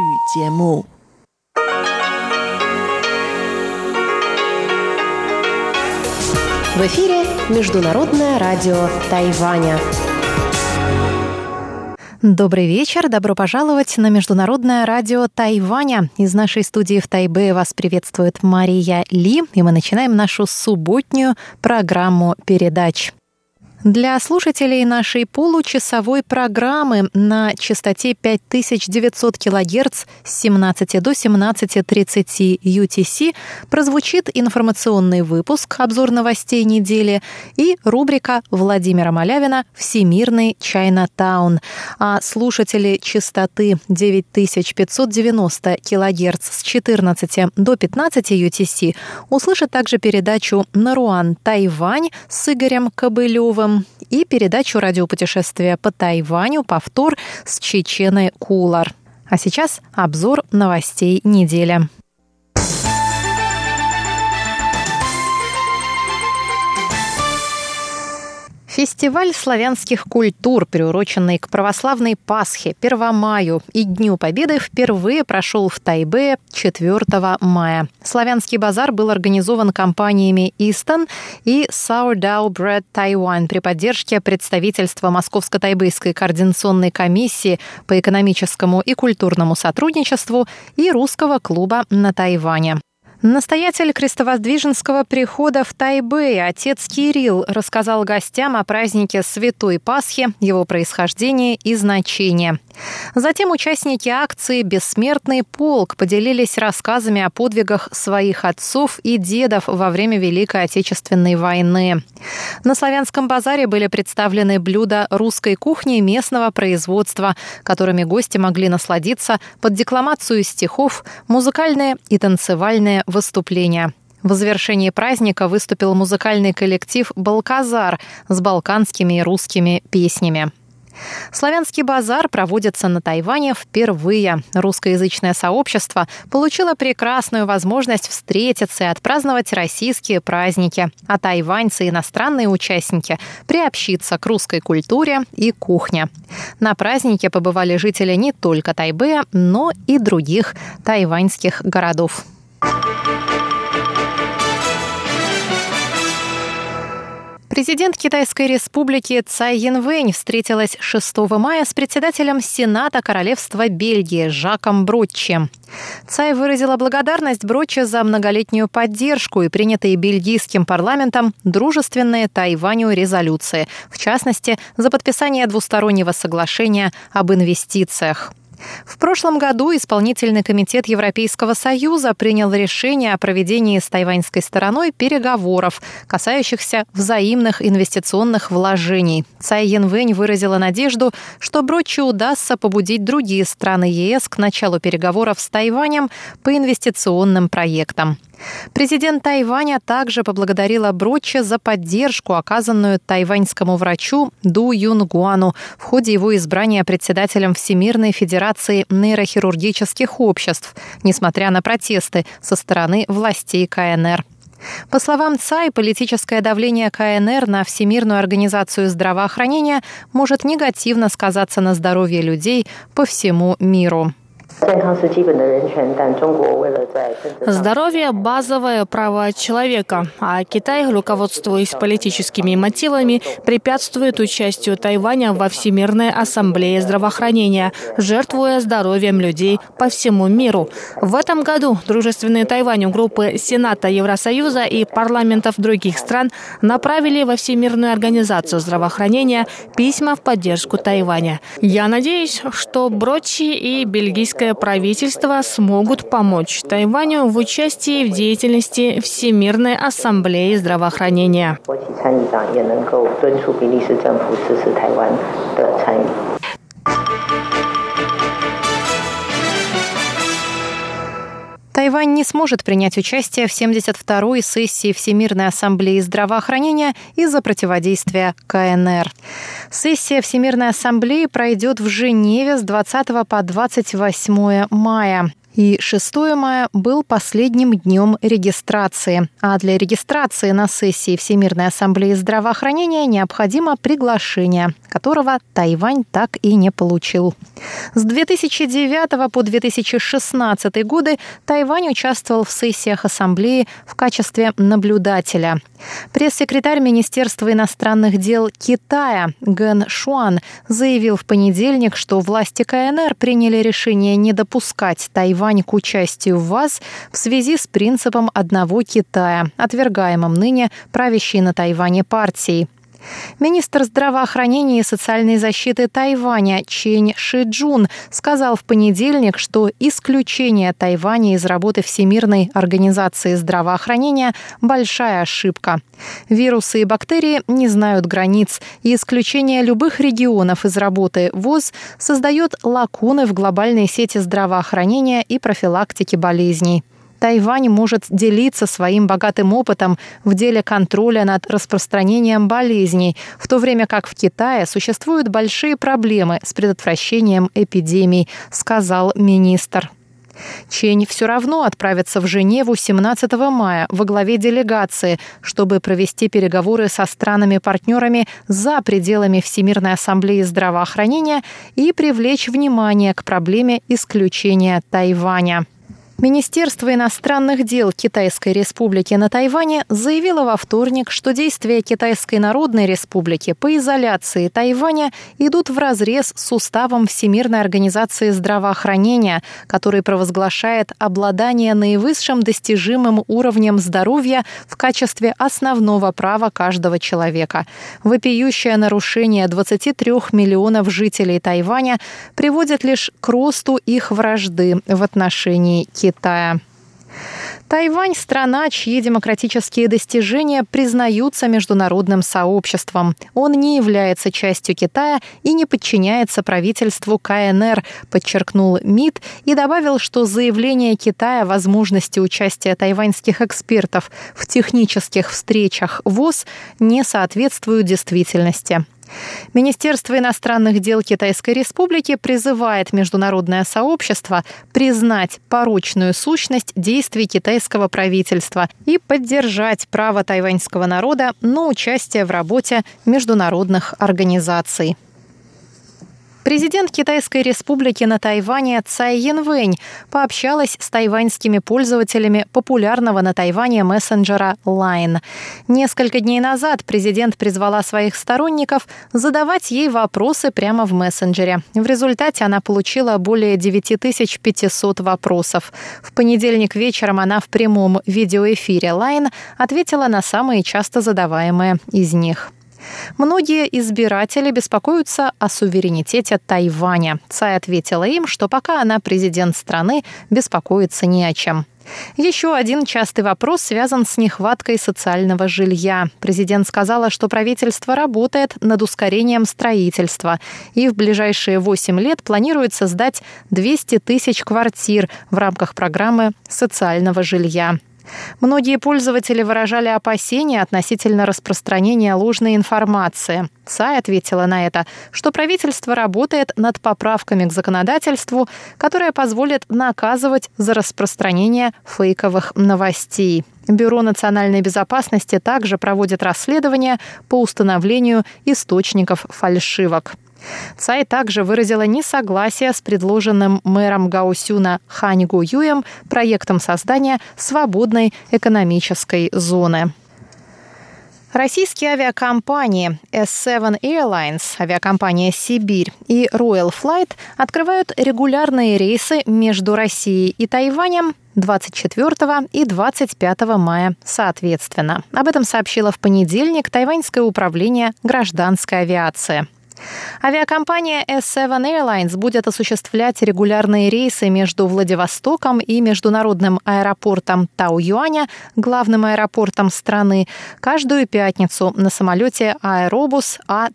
节目。 В эфире Международное радио Тайваня. Добрый вечер, добро пожаловать на Международное радио Тайваня. Из нашей студии в Тайбэе вас приветствует Мария Ли, и мы начинаем нашу субботнюю программу передач. Для слушателей нашей получасовой программы на частоте 5900 кГц с 17 до 17:30 UTC прозвучит информационный выпуск «Обзор новостей недели» и рубрика Владимира Малявина «Всемирный Чайнатаун». А слушатели частоты 9590 кГц с 14 до 15 UTC услышат также передачу «Наруан Тайвань» с Игорем Кобылевым и передачу «Радиопутешествия по Тайваню», повтор с Чеченой Кулар. А сейчас обзор новостей недели. Фестиваль славянских культур, приуроченный к православной Пасхе, Первомаю и Дню Победы, впервые прошел в Тайбэе 4 мая. Славянский базар был организован компаниями «Истон» и «Sourdough Bread Taiwan» при поддержке представительства Московско-Тайбэйской координационной комиссии по экономическому и культурному сотрудничеству и Русского клуба на Тайване. Настоятель Крестовоздвиженского прихода в Тайбэе, отец Кирилл, рассказал гостям о празднике Святой Пасхи, его происхождении и значении. Затем участники акции «Бессмертный полк» поделились рассказами о подвигах своих отцов и дедов во время Великой Отечественной войны. На славянском базаре были представлены блюда русской кухни местного производства, которыми гости могли насладиться под декламацию стихов, музыкальные и танцевальные выступления. В завершении праздника выступил музыкальный коллектив «Балказар» с балканскими и русскими песнями. Славянский базар проводится на Тайване впервые. Русскоязычное сообщество получило прекрасную возможность встретиться и отпраздновать российские праздники, а тайваньцы и иностранные участники приобщиться к русской культуре и кухне. На празднике побывали жители не только Тайбэя, но и других тайваньских городов. Президент Китайской республики Цай Янвэнь встретилась 6 мая с председателем Сената Королевства Бельгии Жаком Бротчи. Цай выразила благодарность Бротчи за многолетнюю поддержку и принятые бельгийским парламентом дружественные Тайваню резолюции, в частности, за подписание двустороннего соглашения об инвестициях. В прошлом году Исполнительный комитет Европейского Союза принял решение о проведении с тайваньской стороной переговоров, касающихся взаимных инвестиционных вложений. Цай Янвэнь выразила надежду, что Бротчи удастся побудить другие страны ЕС к началу переговоров с Тайванем по инвестиционным проектам. Президент Тайваня также поблагодарила Бротчи за поддержку, оказанную тайваньскому врачу Ду Юнгуану в ходе его избрания председателем Всемирной Федерации нейрохирургических обществ, несмотря на протесты со стороны властей КНР. По словам Цай, политическое давление КНР на Всемирную организацию здравоохранения может негативно сказаться на здоровье людей по всему миру. Здоровье – базовое право человека, а Китай, руководствуясь политическими мотивами, препятствует участию Тайваня во Всемирной ассамблее здравоохранения, жертвуя здоровьем людей по всему миру. В этом году дружественные Тайваню группы Сената Евросоюза и парламентов других стран направили во Всемирную организацию здравоохранения письма в поддержку Тайваня. Я надеюсь, что Бротчи и бельгийское правительство смогут помочь Тайваню в участии в деятельности Всемирной ассамблеи здравоохранения. Тайвань не сможет принять участие в 72-й сессии Всемирной ассамблеи здравоохранения из-за противодействия КНР. Сессия Всемирной ассамблеи пройдет в Женеве с 20 по 28 мая. И 6 мая был последним днем регистрации. А для регистрации на сессии Всемирной ассамблеи здравоохранения необходимо приглашение, которого Тайвань так и не получил. С 2009 по 2016 годы Тайвань участвовал в сессиях ассамблеи в качестве наблюдателя. Пресс-секретарь Министерства иностранных дел Китая Ген Шуан заявил в понедельник, что власти КНР приняли решение не допускать Тайвань к участию в ВАЗ в связи с принципом одного Китая, отвергаемым ныне правящей на Тайване партией. Министр здравоохранения и социальной защиты Тайваня Чэнь Шиджун сказал в понедельник, что исключение Тайваня из работы Всемирной организации здравоохранения – большая ошибка. Вирусы и бактерии не знают границ, и исключение любых регионов из работы ВОЗ создает лакуны в глобальной сети здравоохранения и профилактики болезней. Тайвань может делиться своим богатым опытом в деле контроля над распространением болезней, в то время как в Китае существуют большие проблемы с предотвращением эпидемий, сказал министр. Чэнь все равно отправится в Женеву 17 мая во главе делегации, чтобы провести переговоры со странами-партнерами за пределами Всемирной ассамблеи здравоохранения и привлечь внимание к проблеме исключения Тайваня. Министерство иностранных дел Китайской Республики на Тайване заявило во вторник, что действия Китайской Народной Республики по изоляции Тайваня идут вразрез с уставом Всемирной организации здравоохранения, который провозглашает обладание наивысшим достижимым уровнем здоровья в качестве основного права каждого человека. Вопиющее нарушение 23 миллионов жителей Тайваня приводит лишь к росту их вражды в отношении Китая. Тайвань – страна, чьи демократические достижения признаются международным сообществом. Он не является частью Китая и не подчиняется правительству КНР, подчеркнул МИД и добавил, что заявление Китая о возможности участия тайваньских экспертов в технических встречах ВОЗ не соответствуют действительности. Министерство иностранных дел Китайской Республики призывает международное сообщество признать порочную сущность действий китайского правительства и поддержать право тайваньского народа на участие в работе международных организаций. Президент Китайской Республики на Тайване Цай Янвэнь пообщалась с тайваньскими пользователями популярного на Тайване мессенджера Line. Несколько дней назад президент призвала своих сторонников задавать ей вопросы прямо в мессенджере. В результате она получила более 9500 вопросов. В понедельник вечером она в прямом видеоэфире Line ответила на самые часто задаваемые из них. Многие избиратели беспокоятся о суверенитете Тайваня. Цай ответила им, что пока она президент страны, беспокоиться не о чем. Еще один частый вопрос связан с нехваткой социального жилья. Президент сказала, что правительство работает над ускорением строительства и в ближайшие 8 лет планирует создать 200 тысяч квартир в рамках программы социального жилья. Многие пользователи выражали опасения относительно распространения ложной информации. Цай ответила на это, что правительство работает над поправками к законодательству, которое позволит наказывать за распространение фейковых новостей. Бюро национальной безопасности также проводит расследование по установлению источников фальшивок. Цай также выразила несогласие с предложенным мэром Гаосюна Хань Гуюем проектом создания свободной экономической зоны. Российские авиакомпании S7 Airlines, авиакомпания «Сибирь» и Royal Flight открывают регулярные рейсы между Россией и Тайванем 24 и 25 мая соответственно. Об этом сообщило в понедельник Тайваньское управление гражданской авиации. Авиакомпания S7 Airlines будет осуществлять регулярные рейсы между Владивостоком и международным аэропортом Таоюаня, главным аэропортом страны, каждую пятницу на самолете Аэробус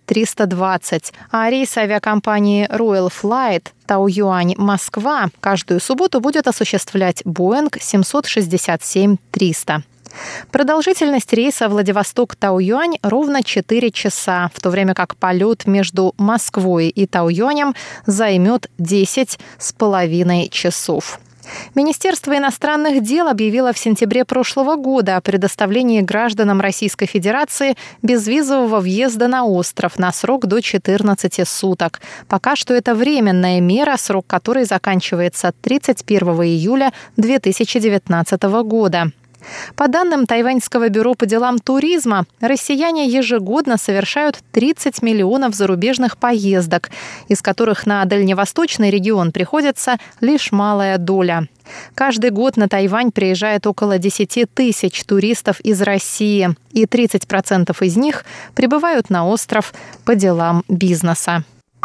А320. А рейс авиакомпании Royal Flight Таоюань-Москва каждую субботу будет осуществлять Boeing 767-300. Продолжительность рейса Владивосток-Таоюань ровно 4 часа, в то время как полет между Москвой и Таоюанем займет 10,5 часов. Министерство иностранных дел объявило в сентябре прошлого года о предоставлении гражданам Российской Федерации безвизового въезда на остров на срок до 14 суток. Пока что это временная мера, срок которой заканчивается 31 июля 2019 года. По данным Тайваньского бюро по делам туризма, россияне ежегодно совершают 30 миллионов зарубежных поездок, из которых на дальневосточный регион приходится лишь малая доля. Каждый год на Тайвань приезжает около 10 тысяч туристов из России, и 30% из них прибывают на остров по делам бизнеса.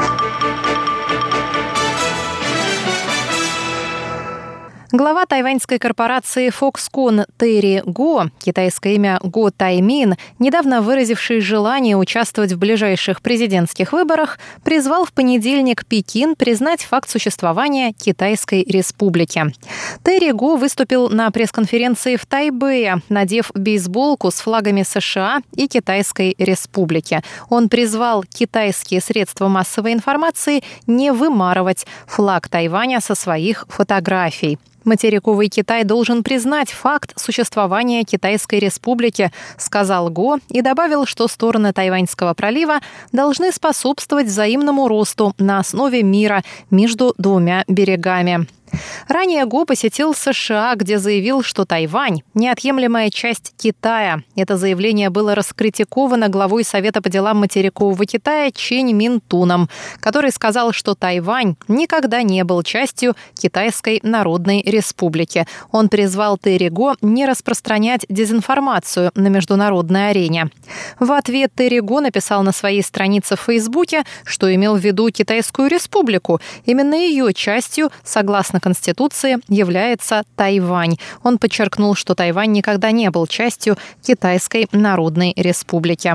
Глава тайваньской корпорации Foxconn Терри Го, китайское имя Го Таймин, недавно выразивший желание участвовать в ближайших президентских выборах, призвал в понедельник Пекин признать факт существования Китайской Республики. Терри Го выступил на пресс-конференции в Тайбэе, надев бейсболку с флагами США и Китайской Республики. Он призвал китайские средства массовой информации не вымарывать флаг Тайваня со своих фотографий. Материковый Китай должен признать факт существования Китайской Республики, сказал Го и добавил, что стороны Тайваньского пролива должны способствовать взаимному росту на основе мира между двумя берегами. Ранее Го посетил США, где заявил, что Тайвань – неотъемлемая часть Китая. Это заявление было раскритиковано главой Совета по делам материкового Китая Чэнь Минтуном, который сказал, что Тайвань никогда не был частью Китайской Народной Республики. Он призвал Терри Го не распространять дезинформацию на международной арене. В ответ Терри Го написал на своей странице в Фейсбуке, что имел в виду Китайскую Республику. Именно ее частью, согласно Конституции, является Тайвань. Он подчеркнул, что Тайвань никогда не был частью Китайской Народной Республики.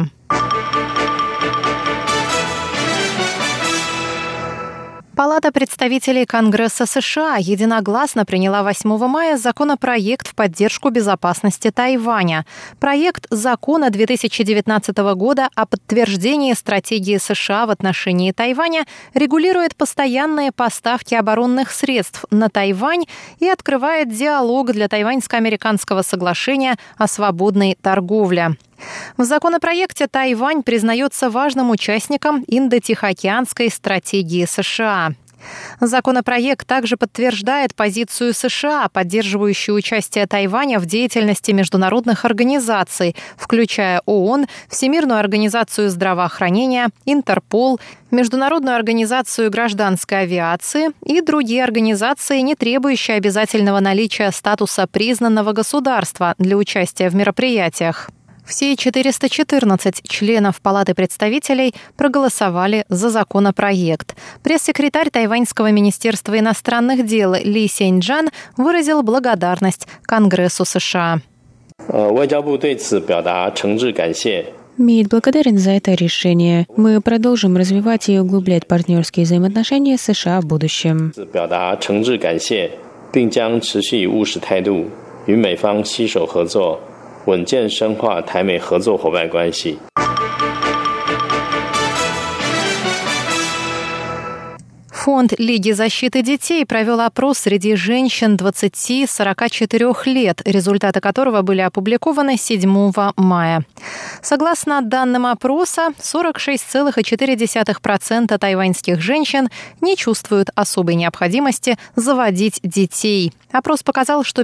Палата представителей Конгресса США единогласно приняла 8 мая законопроект в поддержку безопасности Тайваня. Проект закона 2019 года о подтверждении стратегии США в отношении Тайваня регулирует постоянные поставки оборонных средств на Тайвань и открывает диалог для Тайваньско-американского соглашения о свободной торговле. В законопроекте Тайвань признается важным участником Индо-Тихоокеанской стратегии США. Законопроект также подтверждает позицию США, поддерживающую участие Тайваня в деятельности международных организаций, включая ООН, Всемирную организацию здравоохранения, Интерпол, Международную организацию гражданской авиации и другие организации, не требующие обязательного наличия статуса признанного государства для участия в мероприятиях. Все 414 членов Палаты представителей проголосовали за законопроект. Пресс-секретарь Тайваньского министерства иностранных дел Ли Сяньчжан выразил благодарность Конгрессу США. МИД благодарен за это решение. Мы продолжим развивать и углублять партнерские взаимоотношения с США в будущем. Фонд Лиги защиты детей провел опрос среди женщин 20-44 лет, результаты которого были опубликованы 7 мая. Согласно данным опроса, 46,4% тайваньских женщин не чувствуют особой необходимости заводить детей. Опрос показал, что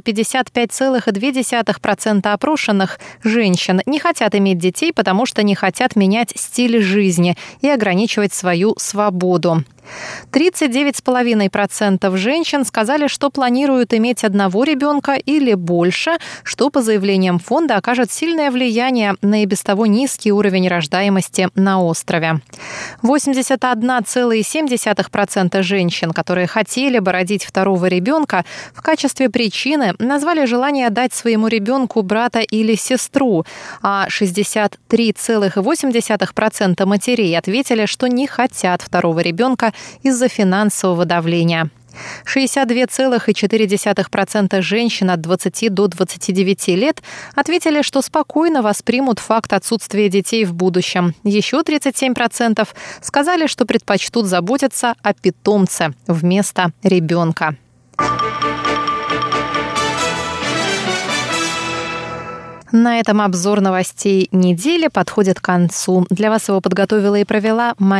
55,2% опрошенных женщин не хотят иметь детей, потому что не хотят менять стиль жизни и ограничивать свою свободу. 39,5% женщин сказали, что планируют иметь одного ребенка или больше, что, по заявлениям фонда, окажет сильное влияние на и без того низкий уровень рождаемости на острове. 81,7% женщин, которые хотели бы родить второго ребенка, в качестве причины назвали желание дать своему ребенку брата или сестру, а 63,8% матерей ответили, что не хотят второго ребенка из-за финансового давления. 62,4% женщин от 20 до 29 лет ответили, что спокойно воспримут факт отсутствия детей в будущем. Еще 37% сказали, что предпочтут заботиться о питомце вместо ребенка. На этом обзор новостей недели подходит к концу. Для вас его подготовила и провела